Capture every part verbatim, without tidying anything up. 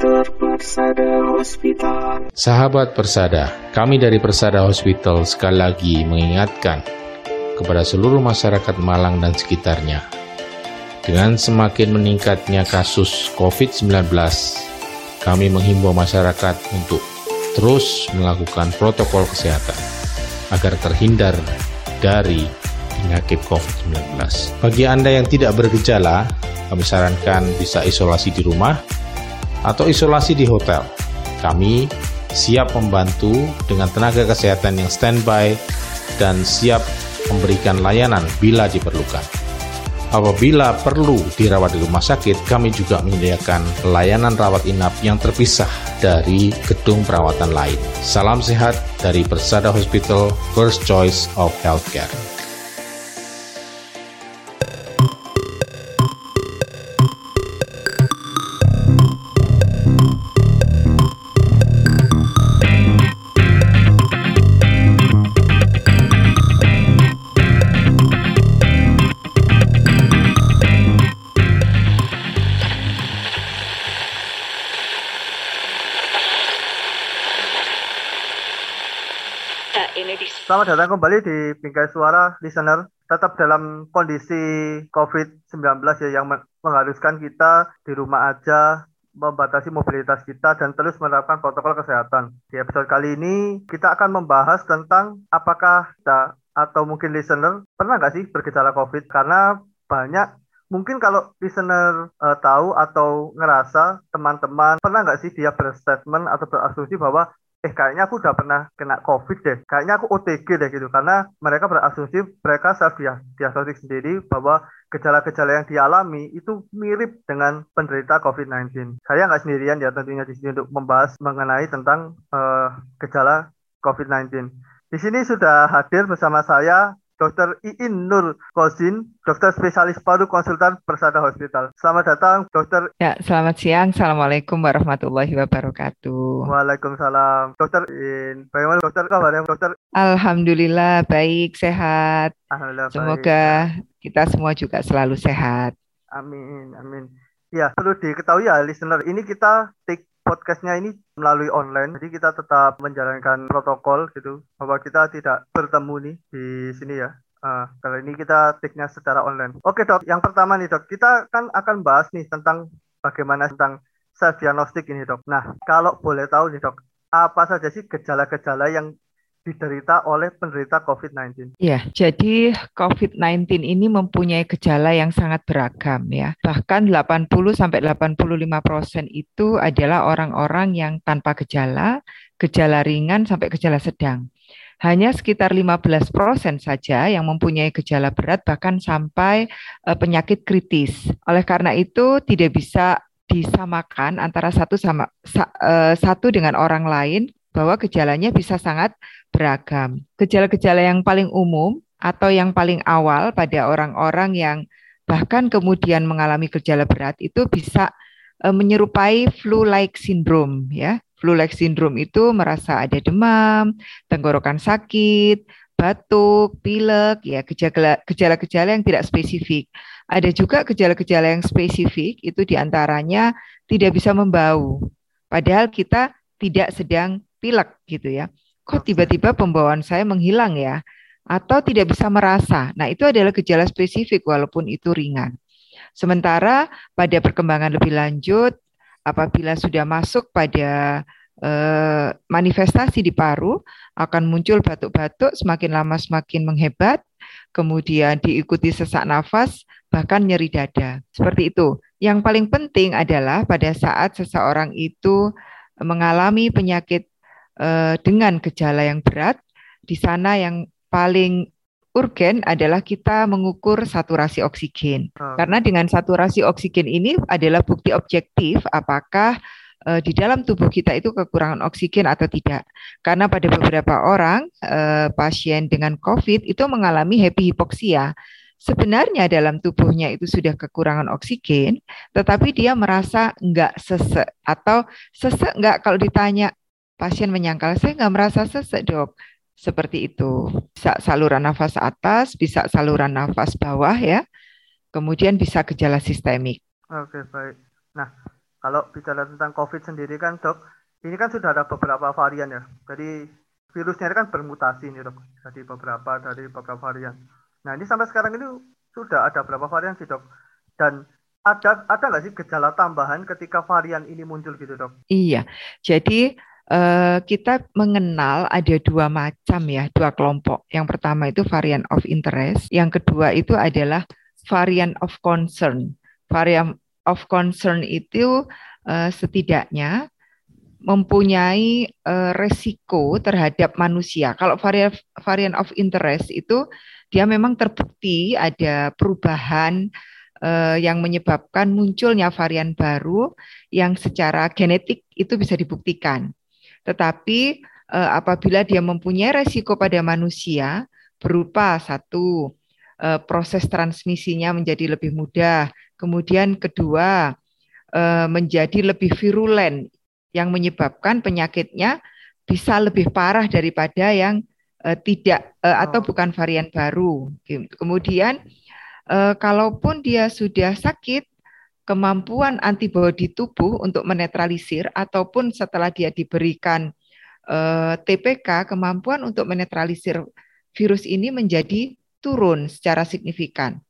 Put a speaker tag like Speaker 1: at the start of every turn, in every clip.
Speaker 1: Sahabat Persada, kami dari Persada Hospital sekali lagi mengingatkan kepada seluruh masyarakat Malang dan sekitarnya. Dengan semakin meningkatnya kasus covid sembilan belas, kami menghimbau masyarakat untuk terus melakukan protokol kesehatan agar terhindar dari penyakit covid sembilan belas. Bagi Anda yang tidak bergejala, kami sarankan bisa isolasi di rumah atau isolasi di hotel. Kami siap membantu dengan tenaga kesehatan yang standby dan siap memberikan layanan bila diperlukan. Apabila perlu dirawat di rumah sakit, kami juga menyediakan layanan rawat inap yang terpisah dari gedung perawatan lain. Salam sehat dari Persada Hospital, First Choice of Healthcare.
Speaker 2: Selamat datang kembali di Bingkai Suara, listener. Tetap dalam kondisi covid sembilan belas ya, yang mengharuskan kita di rumah aja, membatasi mobilitas kita, dan terus menerapkan protokol kesehatan. Di episode kali ini, kita akan membahas tentang apakah kita atau mungkin listener pernah nggak sih bergejala COVID? Karena banyak, mungkin kalau listener uh, tahu atau ngerasa teman-teman pernah nggak sih dia berstatement atau berasumsi bahwa eh kayaknya aku udah pernah kena COVID deh, kayaknya aku O T G deh gitu, karena mereka berasumsi, mereka self-diagnostik sendiri bahwa gejala-gejala yang dialami itu mirip dengan penderita covid sembilan belas. Saya nggak sendirian ya tentunya di sini untuk membahas mengenai tentang uh, gejala covid sembilan belas. Di sini sudah hadir bersama saya Dokter Iin Nur Kozin, dokter spesialis paru konsultan Persada Hospital. Selamat datang, Dokter.
Speaker 3: Ya, selamat siang. Assalamualaikum warahmatullahi wabarakatuh.
Speaker 2: Waalaikumsalam. Dokter Iin, bagaimana dokter kabarnya, dokter?
Speaker 3: Alhamdulillah, baik, sehat.
Speaker 2: Alhamdulillah,
Speaker 3: Semoga
Speaker 2: baik.
Speaker 3: kita semua juga selalu sehat.
Speaker 2: Amin, amin. Ya, perlu diketahui ya, listener, ini kita take podcastnya ini melalui online, jadi kita tetap menjalankan protokol gitu, bahwa kita tidak bertemu nih di sini ya. Uh, kali ini kita take-nya secara online. Oke dok, yang pertama nih dok, kita kan akan bahas nih tentang bagaimana tentang self-diagnostik ini dok. Nah, kalau boleh tahu nih dok, apa saja sih gejala-gejala yang diderita oleh penderita covid sembilan belas?
Speaker 3: Ya, jadi covid sembilan belas ini mempunyai gejala yang sangat beragam ya. Bahkan delapan puluh sampai delapan puluh lima persen itu adalah orang-orang yang tanpa gejala, gejala ringan sampai gejala sedang. Hanya sekitar lima belas persen saja yang mempunyai gejala berat bahkan sampai uh, penyakit kritis. Oleh karena itu tidak bisa disamakan antara satu sama sa, uh, satu dengan orang lain, bahwa gejalanya bisa sangat beragam. Gejala-gejala yang paling umum atau yang paling awal pada orang-orang yang bahkan kemudian mengalami gejala berat itu bisa e, menyerupai flu-like syndrome ya. Flu-like syndrome itu merasa ada demam, tenggorokan sakit, batuk, pilek, ya gejala gejala-gejala yang tidak spesifik. Ada juga gejala-gejala yang spesifik, itu diantaranya tidak bisa membau. Padahal kita tidak sedang pilek gitu ya. Kok tiba-tiba pembawaan saya menghilang ya? Atau tidak bisa merasa. Nah, itu adalah gejala spesifik walaupun itu ringan. Sementara pada perkembangan lebih lanjut, apabila sudah masuk pada eh, manifestasi di paru, akan muncul batuk-batuk, semakin lama semakin menghebat, kemudian diikuti sesak nafas, bahkan nyeri dada. Seperti itu. Yang paling penting adalah pada saat seseorang itu mengalami penyakit eh, dengan gejala yang berat, di sana yang paling urgen adalah kita mengukur saturasi oksigen. Hmm. Karena dengan saturasi oksigen ini adalah bukti objektif apakah eh, di dalam tubuh kita itu kekurangan oksigen atau tidak. Karena pada beberapa orang eh, pasien dengan COVID itu mengalami happy hipoksia. Sebenarnya dalam tubuhnya itu sudah kekurangan oksigen, tetapi dia merasa enggak sesek atau sesek enggak, kalau ditanya pasien menyangkal, saya enggak merasa sesek dok. Seperti itu. Bisa saluran nafas atas, bisa saluran nafas bawah ya. Kemudian bisa gejala sistemik.
Speaker 2: Oke, baik. Nah, Kalau bicara tentang COVID sendiri kan dok, ini kan sudah ada beberapa varian ya. Jadi virusnya ini kan bermutasi nih dok. Jadi beberapa dari beberapa varian. Nah ini sampai sekarang ini sudah ada berapa varian sih dok? Dan ada ada nggak sih gejala tambahan ketika varian ini muncul gitu dok?
Speaker 3: Iya, jadi eh, kita mengenal ada dua macam ya, dua kelompok. Yang pertama itu varian of interest, yang kedua itu adalah varian of concern. Varian of concern itu eh, setidaknya mempunyai eh, resiko terhadap manusia. Kalau varian varian of interest itu dia memang terbukti ada perubahan eh, yang menyebabkan munculnya varian baru yang secara genetik itu bisa dibuktikan. Tetapi eh, apabila dia mempunyai resiko pada manusia berupa satu eh, proses transmisinya menjadi lebih mudah, kemudian kedua eh, menjadi lebih virulen yang menyebabkan penyakitnya bisa lebih parah daripada yang eh, tidak eh, atau
Speaker 2: Oh,
Speaker 3: bukan varian baru. Kemudian eh, kalaupun dia sudah sakit, kemampuan antibodi tubuh untuk menetralisir ataupun setelah dia diberikan eh, T P K, kemampuan untuk menetralisir virus ini menjadi turun secara signifikan.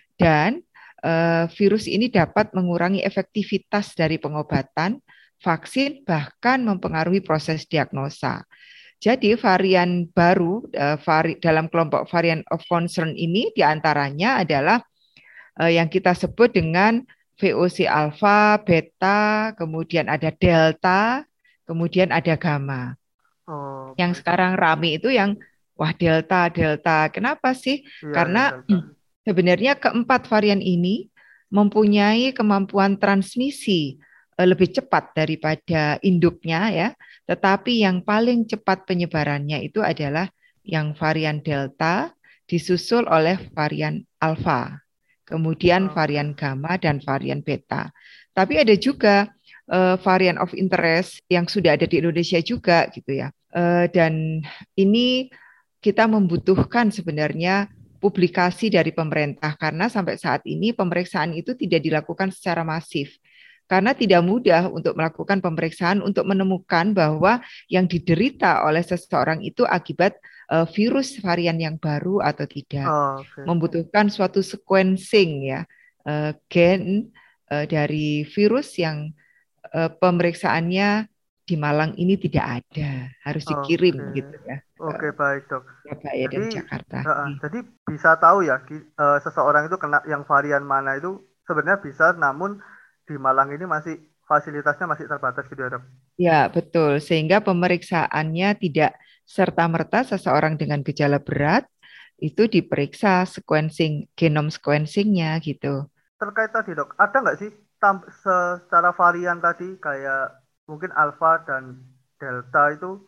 Speaker 3: Dan eh, virus ini dapat mengurangi efektivitas dari pengobatan, vaksin, bahkan mempengaruhi proses diagnosa. Jadi varian baru eh, vari, dalam kelompok varian of concern ini diantaranya adalah eh, yang kita sebut dengan V O C alpha, beta, kemudian ada delta, kemudian ada gamma.
Speaker 2: oh,
Speaker 3: Yang
Speaker 2: baik.
Speaker 3: sekarang rame itu yang wah delta, delta. Kenapa sih?
Speaker 2: Iya ya
Speaker 3: Karena
Speaker 2: delta.
Speaker 3: sebenarnya keempat varian ini mempunyai kemampuan transmisi eh, lebih cepat daripada induknya ya. Tetapi yang paling cepat penyebarannya itu adalah yang varian delta disusul oleh varian alpha, kemudian
Speaker 2: Oke.
Speaker 3: varian gamma dan varian beta. Tapi ada juga eh, varian of interest yang sudah ada di Indonesia juga gitu ya. Eh, dan ini kita membutuhkan sebenarnya publikasi dari pemerintah karena sampai saat ini pemeriksaan itu tidak dilakukan secara masif. Karena tidak mudah untuk melakukan pemeriksaan untuk menemukan bahwa yang diderita oleh seseorang itu akibat uh, virus varian yang baru atau tidak.
Speaker 2: Oke.
Speaker 3: Membutuhkan suatu sequencing ya uh, gen uh, dari virus yang uh, pemeriksaannya di Malang ini tidak ada, harus
Speaker 2: Oke.
Speaker 3: dikirim gitu ya
Speaker 2: Oke
Speaker 3: ke
Speaker 2: baik dok.
Speaker 3: Surabaya dan
Speaker 2: Jadi,
Speaker 3: Jakarta.
Speaker 2: uh, jadi bisa tahu ya, ki- uh, seseorang itu kena yang varian mana itu sebenarnya bisa, namun di Malang ini masih fasilitasnya masih terbatas gitu ya dok.
Speaker 3: Ya, betul. Sehingga pemeriksaannya tidak serta-merta seseorang dengan gejala berat itu diperiksa sequencing, genom sequencingnya gitu.
Speaker 2: Terkait tadi dok, ada nggak sih tam- secara varian tadi kayak mungkin alpha dan delta itu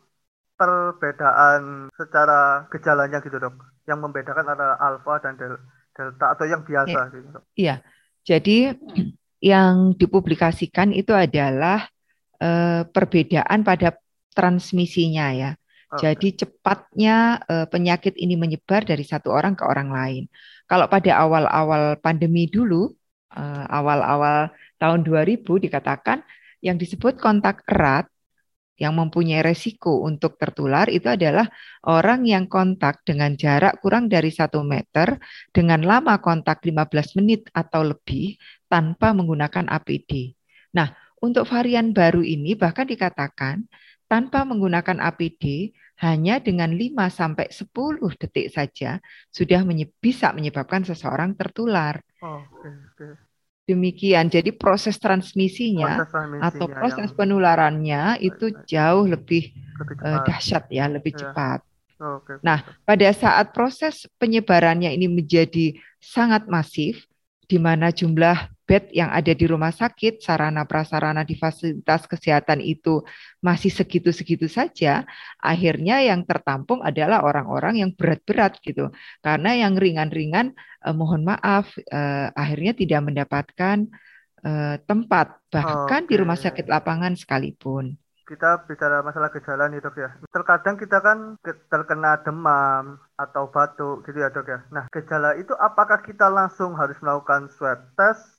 Speaker 2: perbedaan secara gejalanya gitu dok? Yang membedakan antara alpha dan del- delta atau yang
Speaker 3: Ya,
Speaker 2: biasa gitu dok?
Speaker 3: iya. Jadi yang dipublikasikan itu adalah eh, perbedaan pada transmisinya ya.
Speaker 2: Oke.
Speaker 3: Jadi cepatnya eh, penyakit ini menyebar dari satu orang ke orang lain. Kalau pada awal-awal pandemi dulu, eh, awal-awal tahun dua ribu dikatakan yang disebut kontak erat yang mempunyai resiko untuk tertular itu adalah orang yang kontak dengan jarak kurang dari satu meter dengan lama kontak lima belas menit atau lebih tanpa menggunakan A P D. Nah, untuk varian baru ini bahkan dikatakan tanpa menggunakan A P D hanya dengan lima sampai sepuluh detik saja sudah menye- bisa menyebabkan seseorang tertular.
Speaker 2: Oke, oke.
Speaker 3: Demikian, jadi proses transmisinya
Speaker 2: Proses
Speaker 3: atau
Speaker 2: transmisinya yang
Speaker 3: proses penularannya
Speaker 2: baik,
Speaker 3: itu
Speaker 2: baik.
Speaker 3: jauh lebih
Speaker 2: Lebih
Speaker 3: eh,
Speaker 2: cepat.
Speaker 3: dahsyat ya, lebih
Speaker 2: Ya.
Speaker 3: cepat.
Speaker 2: Oke, baik
Speaker 3: Nah,
Speaker 2: dok.
Speaker 3: pada saat proses penyebarannya ini menjadi sangat masif, di mana jumlah bed yang ada di rumah sakit, sarana prasarana di fasilitas kesehatan itu masih segitu-segitu saja, akhirnya yang tertampung adalah orang-orang yang berat-berat gitu. Karena yang ringan-ringan, eh, mohon maaf, eh, akhirnya tidak mendapatkan eh, tempat, bahkan di
Speaker 2: Oke.
Speaker 3: rumah sakit lapangan sekalipun.
Speaker 2: Kita bicara masalah gejala nih dok ya. Terkadang kita kan ke- terkena demam atau batuk gitu ya dok ya. Nah, gejala itu apakah kita langsung harus melakukan swab test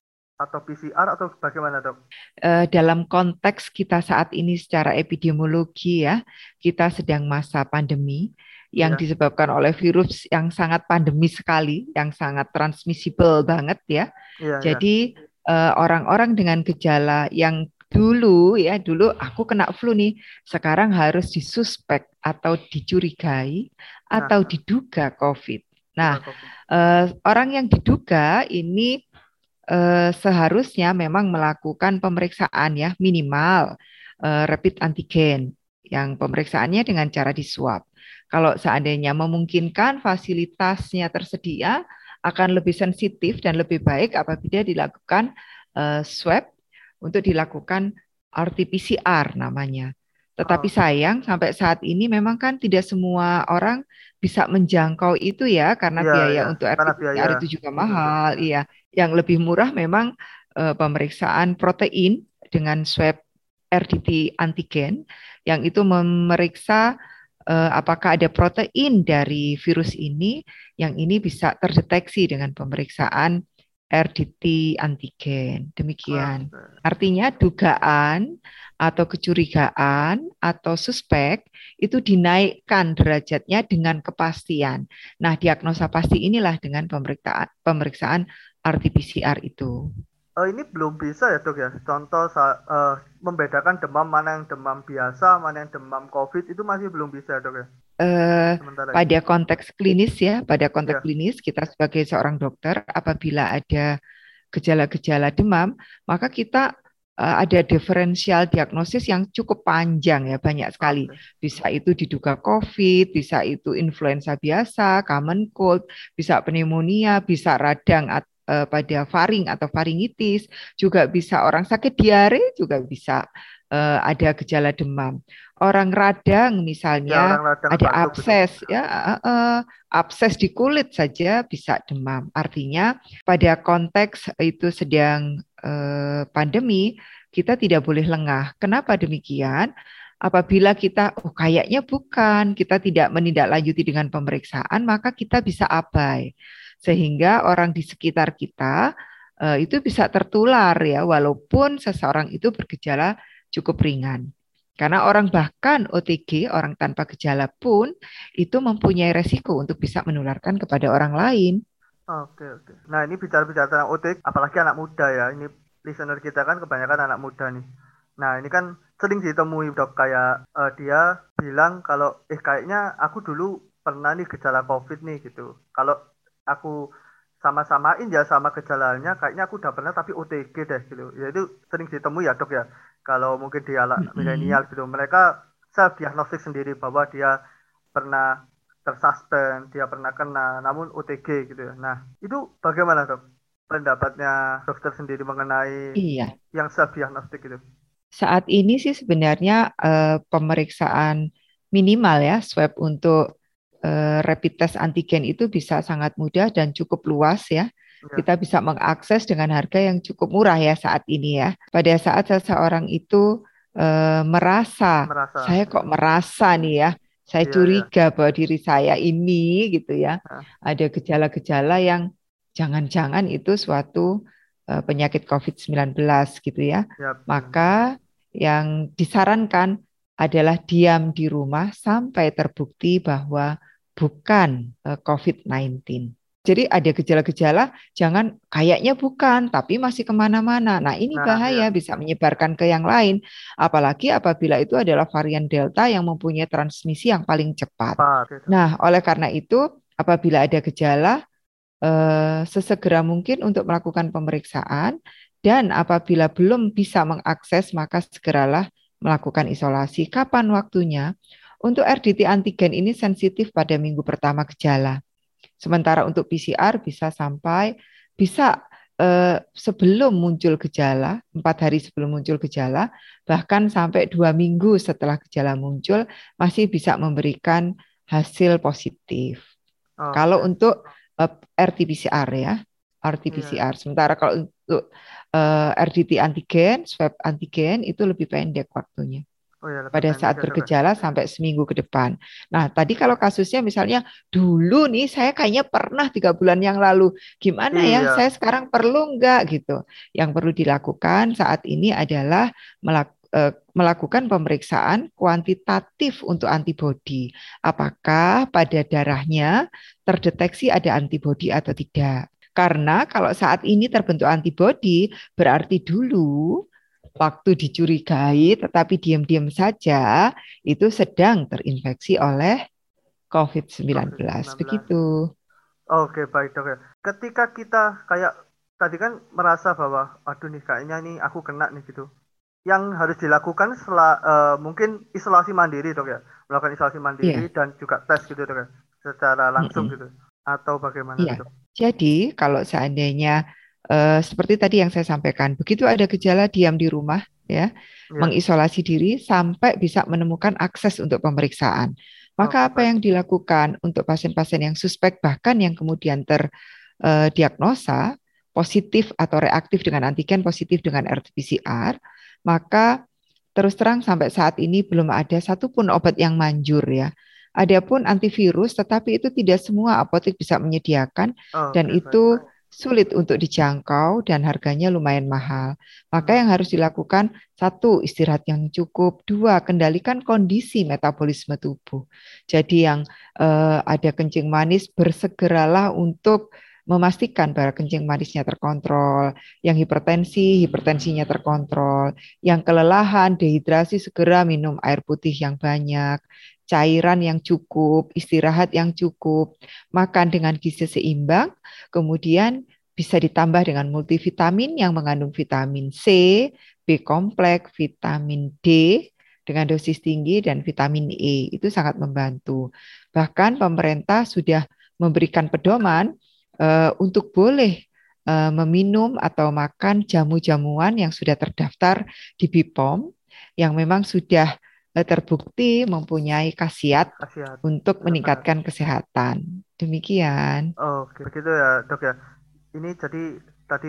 Speaker 2: atau P C R atau bagaimana dok?
Speaker 3: Uh, dalam konteks kita saat ini secara epidemiologi ya, kita sedang masa pandemi yang
Speaker 2: Iya,
Speaker 3: disebabkan oleh virus yang sangat pandemi sekali, yang sangat transmissible banget ya.
Speaker 2: iya, iya.
Speaker 3: Jadi uh, orang-orang dengan gejala yang dulu ya, dulu aku kena flu nih, sekarang harus disuspek atau dicurigai
Speaker 2: Nah,
Speaker 3: atau diduga COVID. Nah,
Speaker 2: juga COVID.
Speaker 3: uh, orang yang diduga ini eh, seharusnya memang melakukan pemeriksaan ya minimal eh, rapid antigen yang pemeriksaannya dengan cara diswab. Kalau seandainya memungkinkan fasilitasnya tersedia akan lebih sensitif dan lebih baik apabila dilakukan eh, swab untuk dilakukan R T P C R namanya. Tetapi
Speaker 2: Oh,
Speaker 3: sayang sampai saat ini memang kan tidak semua orang bisa menjangkau itu ya karena
Speaker 2: iya, iya.
Speaker 3: biaya untuk
Speaker 2: Karena biaya
Speaker 3: R T P C R itu juga
Speaker 2: itu dok.
Speaker 3: mahal. Iya, yang lebih murah memang eh, pemeriksaan protein dengan swab R D T antigen yang itu memeriksa eh, apakah ada protein dari virus ini yang ini bisa terdeteksi dengan pemeriksaan R D T antigen. Demikian.
Speaker 2: Oke.
Speaker 3: Artinya dugaan atau kecurigaan atau suspek itu dinaikkan derajatnya dengan kepastian. Nah, diagnosa pasti inilah dengan pemeriksaan pemeriksaan R T P C R itu.
Speaker 2: Eh, ini belum bisa ya dok ya. Contoh sa- eh, membedakan demam mana yang demam biasa, mana yang demam COVID itu masih belum bisa dok ya.
Speaker 3: Eh,
Speaker 2: Sementara ini.
Speaker 3: pada konteks klinis ya, pada konteks
Speaker 2: Ya,
Speaker 3: klinis kita sebagai seorang dokter apabila ada gejala-gejala demam, maka kita eh, ada diferensial diagnosis yang cukup panjang ya, banyak sekali.
Speaker 2: oke.
Speaker 3: Bisa itu diduga COVID, bisa itu influenza biasa, common cold, bisa pneumonia, bisa radang at- eh, pada faring atau faringitis, juga bisa orang sakit diare, juga bisa eh, ada gejala demam. Orang radang
Speaker 2: Ya
Speaker 3: misalnya
Speaker 2: orang radang
Speaker 3: ada
Speaker 2: batuk gitu.
Speaker 3: abses ya, eh, eh, abses di kulit saja bisa demam. Artinya pada konteks itu sedang eh, pandemi, kita tidak boleh lengah. Kenapa demikian? Apabila kita, oh kayaknya bukan, kita tidak menindaklanjuti dengan pemeriksaan, maka kita bisa abai. Sehingga orang di sekitar kita eh, itu bisa tertular ya, walaupun seseorang itu bergejala cukup ringan. Karena orang bahkan O T G, orang tanpa gejala pun, itu mempunyai resiko untuk bisa menularkan kepada orang lain.
Speaker 2: Oke, oke. Nah, ini bicara-bicara tentang O T G, apalagi anak muda ya. Ini listener kita kan kebanyakan anak muda nih. Nah, ini kan sering ditemui dok, kayak eh, dia bilang kalau eh kayaknya aku dulu pernah nih gejala COVID nih gitu. Kalau aku sama-samain ya sama gejalanya, kayaknya aku udah pernah tapi O T G deh gitu. Ya itu sering ditemui ya dok ya. Kalau mungkin dia anak
Speaker 3: Mm-mm.
Speaker 2: milenial gitu, mereka self diagnostik sendiri bahwa dia pernah tersuspend, dia pernah kena, namun O T G gitu ya. Nah, itu bagaimana dok? Pendapatnya dokter sendiri mengenai
Speaker 3: Iya,
Speaker 2: yang self diagnostik itu?
Speaker 3: saat ini sih sebenarnya eh, pemeriksaan minimal ya, swab untuk eh, rapid test antigen itu bisa sangat mudah dan cukup luas ya.
Speaker 2: Ya,
Speaker 3: Kita bisa mengakses dengan harga yang cukup murah ya saat ini ya. Pada saat seseorang itu eh, merasa,
Speaker 2: merasa.
Speaker 3: saya kok merasa nih ya, saya
Speaker 2: Iya, iya.
Speaker 3: curiga bahwa diri saya ini gitu ya,
Speaker 2: Nah,
Speaker 3: ada gejala-gejala yang jangan-jangan itu suatu eh, penyakit covid sembilan belas gitu ya.
Speaker 2: ya betul.
Speaker 3: Maka yang disarankan adalah diam di rumah sampai terbukti bahwa bukan eh, covid sembilan belas. Jadi ada gejala-gejala, jangan kayaknya bukan, tapi masih kemana-mana. Nah ini
Speaker 2: Nah,
Speaker 3: bahaya,
Speaker 2: ya.
Speaker 3: bisa menyebarkan ke yang lain. Apalagi apabila itu adalah varian Delta yang mempunyai transmisi yang paling cepat.
Speaker 2: Cepat gitu.
Speaker 3: Nah, oleh karena itu, apabila ada gejala, eh, sesegera mungkin untuk melakukan pemeriksaan dan apabila belum bisa mengakses maka segeralah melakukan isolasi. Kapan waktunya? Untuk R D T antigen ini sensitif pada minggu pertama gejala. Sementara untuk P C R bisa sampai bisa eh, sebelum muncul gejala, empat hari sebelum muncul gejala, bahkan sampai dua minggu setelah gejala muncul masih bisa memberikan hasil positif. Kalau
Speaker 2: Oke.
Speaker 3: untuk uh, R T P C R ya,
Speaker 2: Iya.
Speaker 3: R T P C R. Sementara kalau untuk uh, R D T antigen, swab antigen itu lebih pendek waktunya.
Speaker 2: Oh ya, lebih
Speaker 3: pada
Speaker 2: pendek
Speaker 3: saat
Speaker 2: ya dok ya.
Speaker 3: bergejala sampai seminggu ke depan. Nah, tadi kalau kasusnya misalnya dulu nih saya kayaknya pernah tiga bulan yang lalu, gimana ya?
Speaker 2: Iya.
Speaker 3: Saya sekarang perlu enggak gitu? Yang perlu dilakukan saat ini adalah melak- eh, melakukan pemeriksaan kuantitatif untuk antibodi. Apakah pada darahnya terdeteksi ada antibodi atau tidak? Karena kalau saat ini terbentuk antibodi, berarti dulu waktu dicurigai tetapi diam-diam saja itu sedang terinfeksi oleh covid sembilan belas.
Speaker 2: covid sembilan belas.
Speaker 3: Begitu.
Speaker 2: Oke, baik dok ya. Ketika kita kayak tadi kan merasa bahwa aduh nih kayaknya nih aku kena nih gitu. Yang harus dilakukan setelah eh, mungkin isolasi mandiri dok ya. Melakukan isolasi mandiri
Speaker 3: Iya.
Speaker 2: dan juga tes gitu dok ya. Secara langsung
Speaker 3: Mm-mm.
Speaker 2: gitu. Atau bagaimana
Speaker 3: Iya.
Speaker 2: nih dok?
Speaker 3: Jadi kalau seandainya eh, seperti tadi yang saya sampaikan, begitu ada gejala diam di rumah ya,
Speaker 2: Iya.
Speaker 3: mengisolasi diri sampai bisa menemukan akses untuk pemeriksaan. Maka
Speaker 2: Oke,
Speaker 3: apa
Speaker 2: baik.
Speaker 3: yang dilakukan untuk pasien-pasien yang suspek bahkan yang kemudian terdiagnosa positif atau reaktif dengan antigen, positif dengan R T P C R, maka terus terang sampai saat ini belum ada satupun obat yang manjur ya. Adapun antivirus, tetapi itu tidak semua apotek bisa menyediakan dan
Speaker 2: Oke, baik.
Speaker 3: itu sulit untuk dijangkau dan harganya lumayan mahal. Maka yang
Speaker 2: Hmm.
Speaker 3: harus dilakukan, satu, istirahat yang cukup. Dua, kendalikan kondisi metabolisme tubuh. Jadi yang eh, ada kencing manis, bersegeralah untuk memastikan bahwa kencing manisnya terkontrol, yang hipertensi, hipertensinya terkontrol, yang kelelahan, dehidrasi, segera minum air putih yang banyak, cairan yang cukup, istirahat yang cukup, makan dengan gizi seimbang, kemudian bisa ditambah dengan multivitamin yang mengandung vitamin C, B kompleks, vitamin D dengan dosis tinggi, dan vitamin E. Itu sangat membantu. Bahkan pemerintah sudah memberikan pedoman uh, untuk boleh uh, meminum atau makan jamu-jamuan yang sudah terdaftar di B P O M yang memang sudah uh, terbukti mempunyai khasiat
Speaker 2: Khasiat.
Speaker 3: untuk
Speaker 2: Benar.
Speaker 3: meningkatkan kesehatan. Demikian.
Speaker 2: Oke, begitu ya dok ya. Ini jadi tadi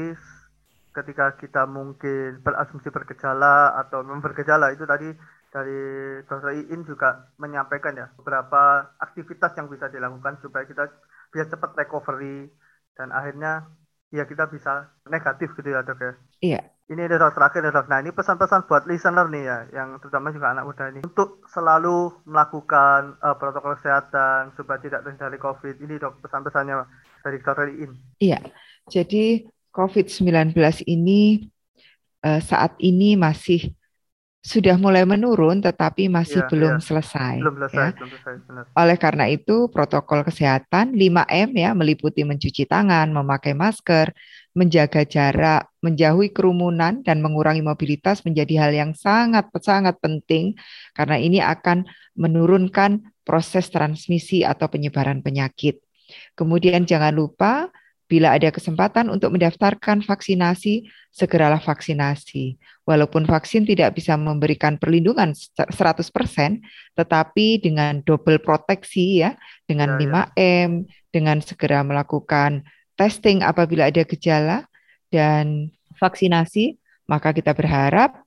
Speaker 2: ketika kita mungkin berasumsi bergejala atau memang bergejala itu tadi dari dokter Iin juga menyampaikan ya beberapa aktivitas yang bisa dilakukan supaya kita biar cepat recovery dan akhirnya ya kita bisa negatif gitu ya dok ya.
Speaker 3: Iya.
Speaker 2: Ini ada dok terakhir ya dok. Nah ini pesan-pesan buat listener nih ya, yang terutama juga anak muda ini untuk selalu melakukan uh, protokol kesehatan supaya tidak terhindari COVID. Ini dok pesan-pesannya dari dokter Iin.
Speaker 3: Iya. Jadi covid sembilan belas ini uh, saat ini masih sudah mulai menurun, tetapi masih
Speaker 2: Iya,
Speaker 3: belum
Speaker 2: iya.
Speaker 3: selesai.
Speaker 2: Belum selesai,
Speaker 3: Ya.
Speaker 2: belum selesai, benar.
Speaker 3: Oleh karena itu, protokol kesehatan lima M ya, meliputi mencuci tangan, memakai masker, menjaga jarak, menjauhi kerumunan, dan mengurangi mobilitas menjadi hal yang sangat-sangat penting karena ini akan menurunkan proses transmisi atau penyebaran penyakit. Kemudian jangan lupa, bila ada kesempatan untuk mendaftarkan vaksinasi, segeralah vaksinasi. Walaupun vaksin tidak bisa memberikan perlindungan seratus persen, tetapi dengan double proteksi ya, dengan
Speaker 2: Ya,
Speaker 3: lima M, dengan segera melakukan testing apabila ada gejala, dan vaksinasi, maka kita berharap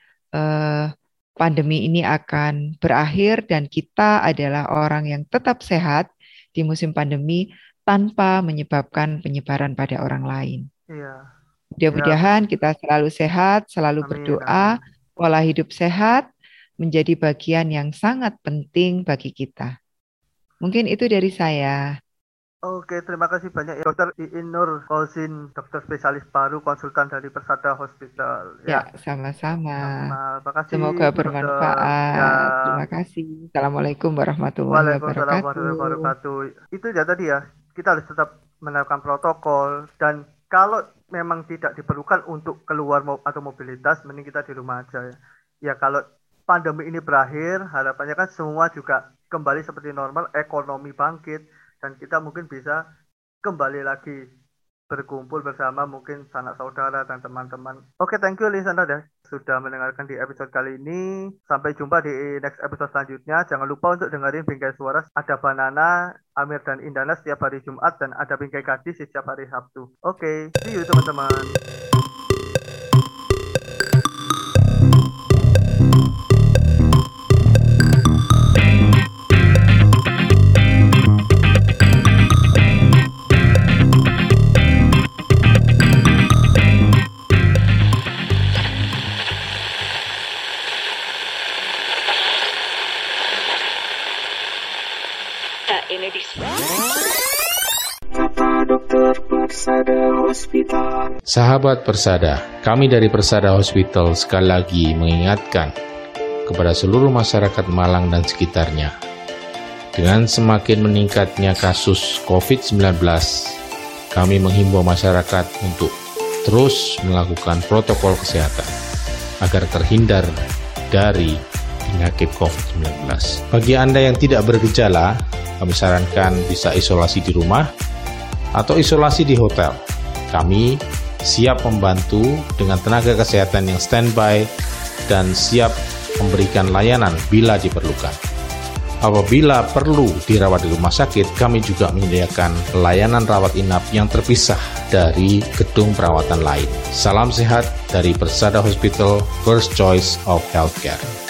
Speaker 3: eh, pandemi ini akan berakhir dan kita adalah orang yang tetap sehat di musim pandemi tanpa menyebabkan penyebaran pada orang lain.
Speaker 2: Iya.
Speaker 3: Mudah-mudahan kita selalu sehat, selalu
Speaker 2: Amin,
Speaker 3: berdoa,
Speaker 2: amin.
Speaker 3: pola hidup sehat menjadi bagian yang sangat penting bagi kita. Mungkin itu dari saya.
Speaker 2: Oke, terima kasih banyak ya dokter Iin Nur Kozin, dokter spesialis paru, konsultan dari Persada Hospital.
Speaker 3: Ya,
Speaker 2: Ya,
Speaker 3: sama-sama.
Speaker 2: terima kasih
Speaker 3: Semoga
Speaker 2: dokter. Ya.
Speaker 3: bermanfaat. Terima kasih. Assalamualaikum warahmatullahi
Speaker 2: Waalaikumsalam warahmatullahi
Speaker 3: wabarakatuh.
Speaker 2: wabarakatuh. Itu ya tadi ya, kita harus tetap menerapkan protokol dan kalau memang tidak diperlukan untuk keluar atau mobilitas, mending kita di rumah aja ya. Ya kalau pandemi ini berakhir, harapannya kan semua juga kembali seperti normal, ekonomi bangkit dan kita mungkin bisa kembali lagi berkumpul bersama mungkin sanak saudara dan teman-teman. Oke, thank you listener ya sudah mendengarkan di episode kali ini. Sampai jumpa di next episode selanjutnya. Jangan lupa untuk dengerin Bingkai Suara. Ada Banana, Amir dan Indana setiap hari Jumat dan ada Bingkai Gadis setiap hari Sabtu. Oke, see you teman-teman.
Speaker 1: Sahabat Persada, kami dari Persada Hospital sekali lagi mengingatkan kepada seluruh masyarakat Malang dan sekitarnya. Dengan semakin meningkatnya kasus covid sembilan belas, kami menghimbau masyarakat untuk terus melakukan protokol kesehatan agar terhindar dari penyakit covid sembilan belas. Bagi Anda yang tidak bergejala, kami sarankan bisa isolasi di rumah atau isolasi di hotel. Kami siap membantu dengan tenaga kesehatan yang standby dan siap memberikan layanan bila diperlukan. Apabila perlu dirawat di rumah sakit, kami juga menyediakan layanan rawat inap yang terpisah dari gedung perawatan lain. Salam sehat dari Persada Hospital, First Choice of Healthcare.